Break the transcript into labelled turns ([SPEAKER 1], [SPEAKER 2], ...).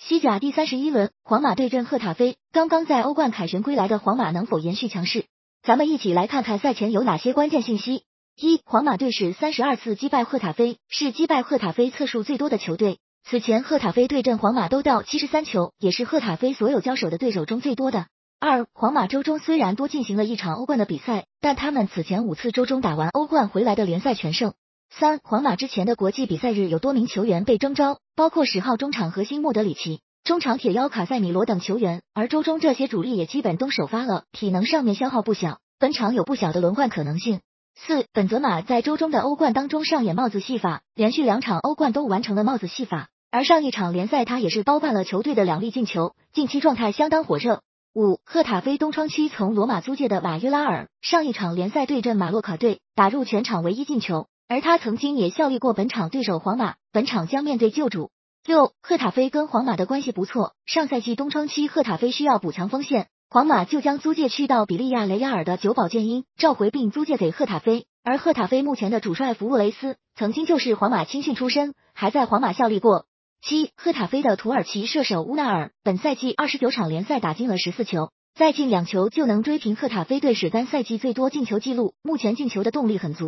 [SPEAKER 1] 西甲第31轮，皇马对阵赫塔菲。刚刚在欧冠凯旋归来的皇马能否延续强势？咱们一起来看看赛前有哪些关键信息。一、皇马队史32次击败赫塔菲，是击败赫塔菲次数最多的球队。此前赫塔菲对阵皇马都到73球，也是赫塔菲所有交手的对手中最多的。二、皇马周中虽然多进行了一场欧冠的比赛，但他们此前5次周中打完欧冠回来的联赛全胜。三、皇马之前的国际比赛日有多名球员被征召，包括10号中场核心莫德里奇、中场铁腰卡塞米罗等球员，而周中这些主力也基本都首发了，体能上面消耗不小，本场有不小的轮换可能性。四、本泽马在周中的欧冠当中上演帽子戏法，连续2场欧冠都完成了帽子戏法，而上一场联赛他也是包办了球队的2粒进球，近期状态相当火热。五、赫塔菲东窗期从罗马租借的瓦约拉尔，上一场联赛对阵马洛卡队打入全场唯一进球，而他曾经也效力过本场对手皇马，本场将面对旧主。六、赫塔菲跟皇马的关系不错，上赛季冬窗期赫塔菲需要补强锋线，皇马就将租借去到比利亚雷亚尔的久保建英召回并租借给赫塔菲，而赫塔菲目前的主帅弗洛雷斯曾经就是皇马青训出身，还在皇马效力过。七、赫塔菲的土耳其射手乌纳尔，本赛季29场联赛打进了14球，再进2球就能追平赫塔菲队史单赛季最多进球纪录，目前进球的动力很足。